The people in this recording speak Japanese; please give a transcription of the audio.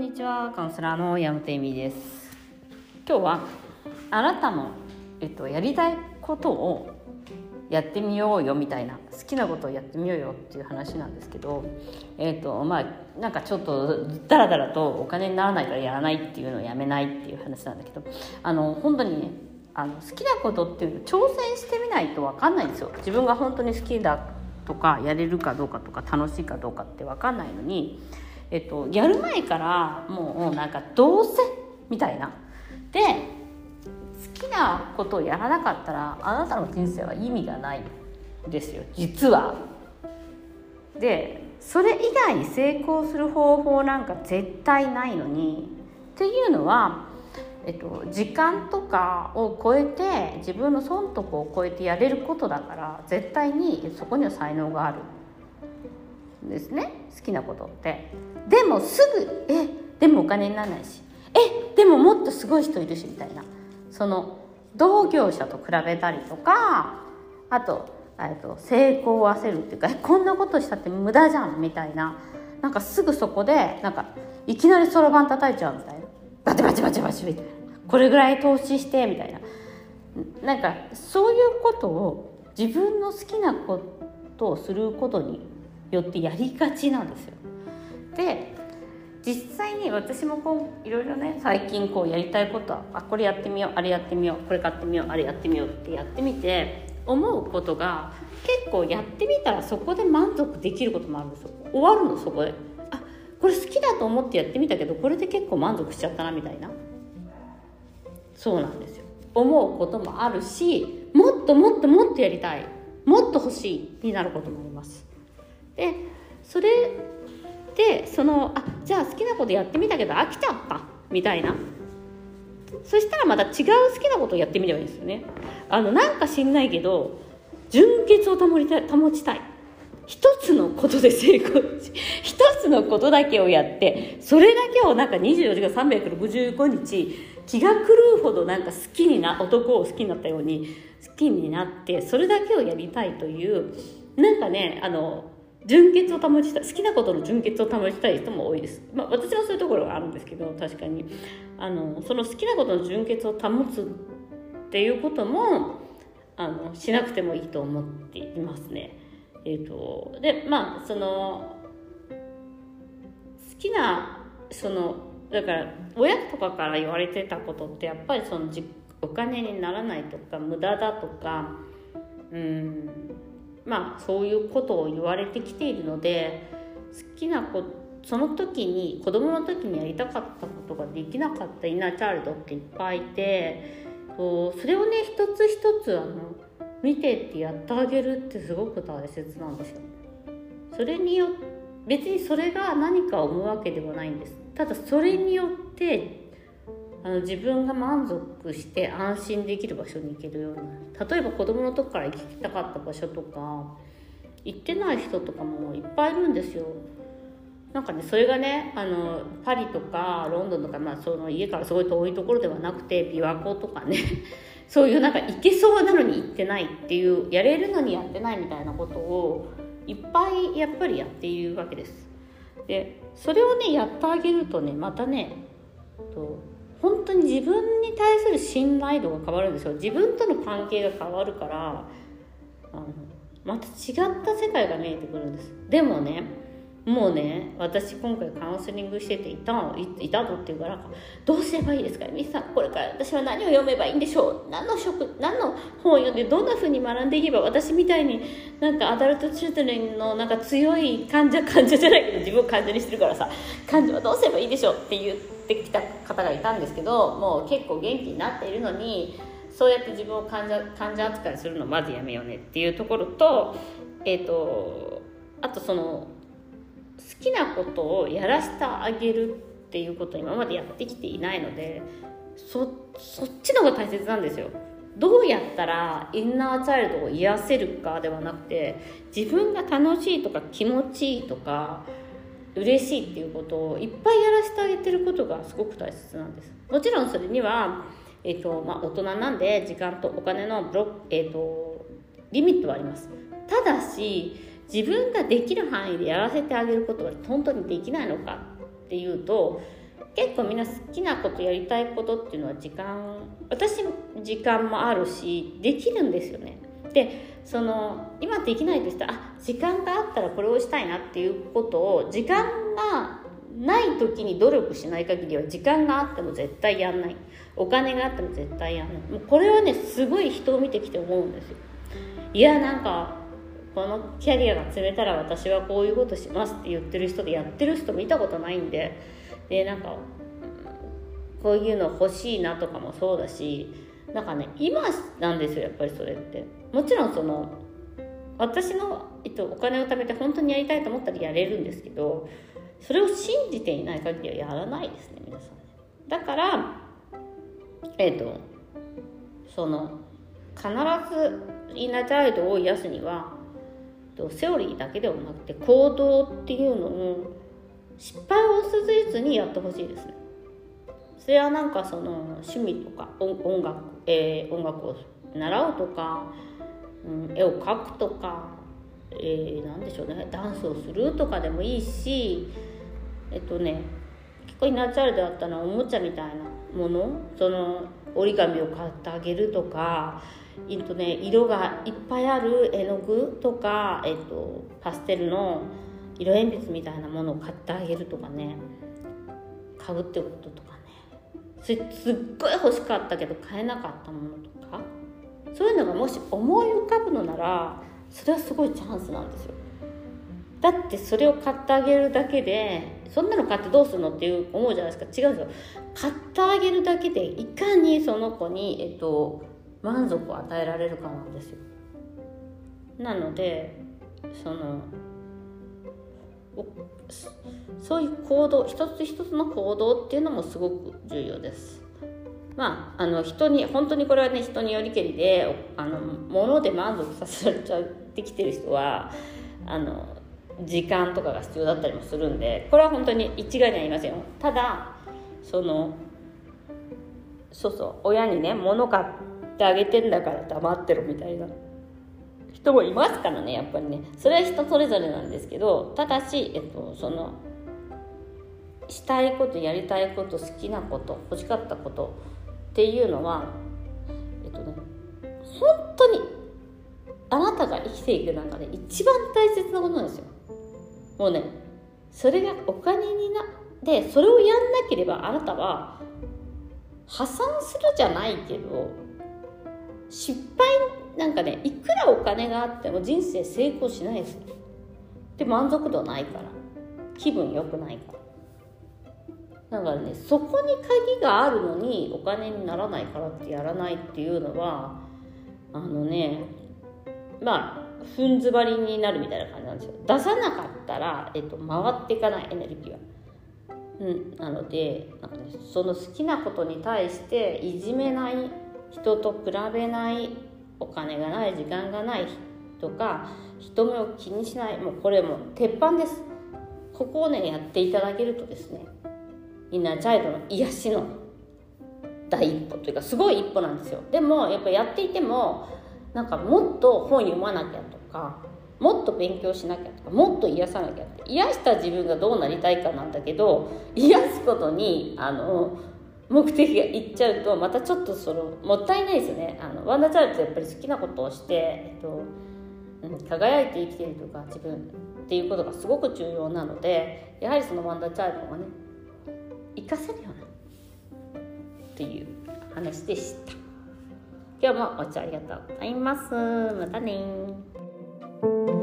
にちは、カウンセラーの山本恵美です。今日はあなたの、やりたいことをやってみようよみたいな、好きなことをやってみようよっていう話なんですけど、なんかちょっとダラダラとお金にならないからやらないっていうのをやめないっていう話なんだけど、本当にね、好きなことっていうのを挑戦してみないと分かんないんですよ。自分が本当に好きだとかやれるかどうかとか楽しいかどうかって分かんないのに、やる前からもうなんかどうせみたいなで、好きなことをやらなかったらあなたの人生は意味がないんですよ、実は。で、それ以外に成功する方法なんか絶対ないのにっていうのは、時間とかを超えて自分の損得を超えてやれることだから、絶対にそこには才能があるんですね、好きなことって。でもすぐでもお金にならないし、でももっとすごい人いるしみたいな、その同業者と比べたりとか、あと成功を焦るっていうか、こんなことしたって無駄じゃんみたいな、なんかすぐそこでなんかいきなりそろばん叩いちゃうみたいな、バチバチバチバチみたいな、これぐらい投資してみたいな、なんかそういうことを自分の好きなことをすることによってやりがちなんですよ。で、実際に私もいろいろね、最近やりたいことはこれやってみよう、あれやってみよう、これ買ってみよう、あれやってみようってやってみて思うことが、結構やってみたらそこで満足できることもあるんですよ。終わるのそこで、これ好きだと思ってやってみたけど、これで結構満足しちゃったなみたいな、そうなんですよ、思うこともあるし、もっともっともっとやりたい、もっと欲しいになることもあります。で、それでじゃあ好きなことやってみたけど飽きちゃったみたいな、そしたらまた違う好きなことをやってみればいいんですよね。なんか知んないけど純潔を保ちたい、一つのことで成功し、一つのことだけをやって、それだけをなんか24時間365日気が狂うほどなんか男を好きになったように好きになって、それだけをやりたいという、なんかね、純潔を保ちたい、好きなことの純潔を保ちたい人も多いです。私もそういうところがあるんですけど、確かにその好きなことの純潔を保つっていうこともしなくてもいいと思っていますね。で、好きなだから親とかから言われてたことって、やっぱりお金にならないとか無駄だとか、そういうことを言われてきているので、好きなその時に、子供の時にやりたかったことができなかったインナーチャイルドっていっぱいいて、それをね、一つ一つ見てってやってあげるってすごく大切なんですよ。それによって別にそれが何かを生むわけではないんです。ただそれによって自分が満足して安心できる場所に行けるようになる。例えば子供の時から行きたかった場所とか行ってない人とかもいっぱいいるんですよ。なんかね、それがね、パリとかロンドンとか、その家からすごい遠いところではなくて、琵琶湖とかねそういうなんか行けそうなのに行ってないっていう、やれるのにやってないみたいなことをいっぱいやっぱりやっているわけです。で、それをねやってあげるとね、またね本当に自分に対する信頼度が変わるんですよ。自分との関係が変わるから、また違った世界が見えてくるんです。でもね、もうね、私今回カウンセリングしてていたのっていうか、なんかどうすればいいですか、ミスさん、これから私は何を読めばいいんでしょう、何の本を読んでどんな風に学んでいけば、私みたいになんかアダルトチルドレンのなんか強い患者じゃないけど、自分を患者にしてるからさ、患者はどうすればいいでしょうって言ってきた方がいたんですけど、もう結構元気になっているのに、そうやって自分を患者扱いするのまずやめようねっていうところと、あと好きなことをやらせてあげるっていうことを今までやってきていないので、そっちの方が大切なんですよ。どうやったらインナーチャイルドを癒せるかではなくて、自分が楽しいとか気持ちいいとか嬉しいっていうことをいっぱいやらせてあげてることがすごく大切なんです。もちろんそれには、大人なんで時間とお金のリミットはあります。ただし自分ができる範囲でやらせてあげることが本当にできないのかっていうと、 結構みんな好きなことやりたいことっていうのは私時間もあるしできるんですよね。で今できないとしたら時間があったらこれをしたいなっていうことを時間がない時に努力しない限りは時間があっても絶対やんない、お金があっても絶対やんない。もうこれはねすごい人を見てきて思うんですよ。いやなんかこのキャリアが積めたら私はこういうことしますって言ってる人でやってる人見たことないんで、なんかこういうの欲しいなとかもそうだし、なんかね今なんですよやっぱりそれって。もちろん私の、お金を貯めて本当にやりたいと思ったらやれるんですけど、それを信じていない限りはやらないですね皆さんね。だから必ずインナーチャイルドを癒すにはセオリーだけではなくて行動っていうのを失敗を恐れずにやってほしいですね。それはなんか趣味とか音楽を習うとか、絵を描くとか、なんでしょうね、ダンスをするとかでもいいし、結構インナーチャイルドだったのはおもちゃみたいなもの、折り紙を買ってあげるとか、色がいっぱいある絵の具とか、パステルの色鉛筆みたいなものを買ってあげるとかね、買うってこととかね、すっごい欲しかったけど買えなかったものとか、そういうのがもし思い浮かぶのならそれはすごいチャンスなんですよ。だってそれを買ってあげるだけで、そんなの買ってどうするのって思うじゃないですか。違うんですよ。買ってあげるだけでいかにその子に、満足を与えられるかなんですよ。なのでそういう行動、一つ一つの行動っていうのもすごく重要です。人に本当にこれはね人によりけりで物で満足させられちゃってきてる人は時間とかが必要だったりもするんで、これは本当に一概には言いませんよ。ただ親にね物買ってあげてんだから黙ってろみたいな人もいますからね、やっぱりね。それは人それぞれなんですけど、ただし、したいこと、やりたいこと、好きなこと、欲しかったことっていうのは本当にあなたが生きていく中で一番大切なことなんですよ。もうね、それがお金になってそれをやんなければあなたは破産するじゃないけど、失敗なんかね、いくらお金があっても人生成功しないですよ。で満足度ないから、気分良くないから。だからね、そこに鍵があるのにお金にならないからってやらないっていうのは踏ん詰まりになるみたいな感じなんですよ。出さなかったら、回っていかない、エネルギーは。なのでその好きなことに対していじめない、人と比べない、お金がない、時間がないとか人目を気にしない、もうこれも鉄板です。ここをねやっていただけるとですね、インナーチャイルドの癒しの第一歩というかすごい一歩なんですよ。でもやっぱやっていてももっと本読まなきゃとか、もっと勉強しなきゃとか、もっと癒さなきゃって、癒した自分がどうなりたいかなんだけど、癒すことに目的がいっちゃうとまたちょっともったいないですよね。ワンダーチャイルドってやっぱり好きなことをして、輝いて生きているとか自分っていうことがすごく重要なので、やはりそのワンダーチャイルドがね生かせるようなっていう話でした。今日もご視聴ありがとうございます。またね。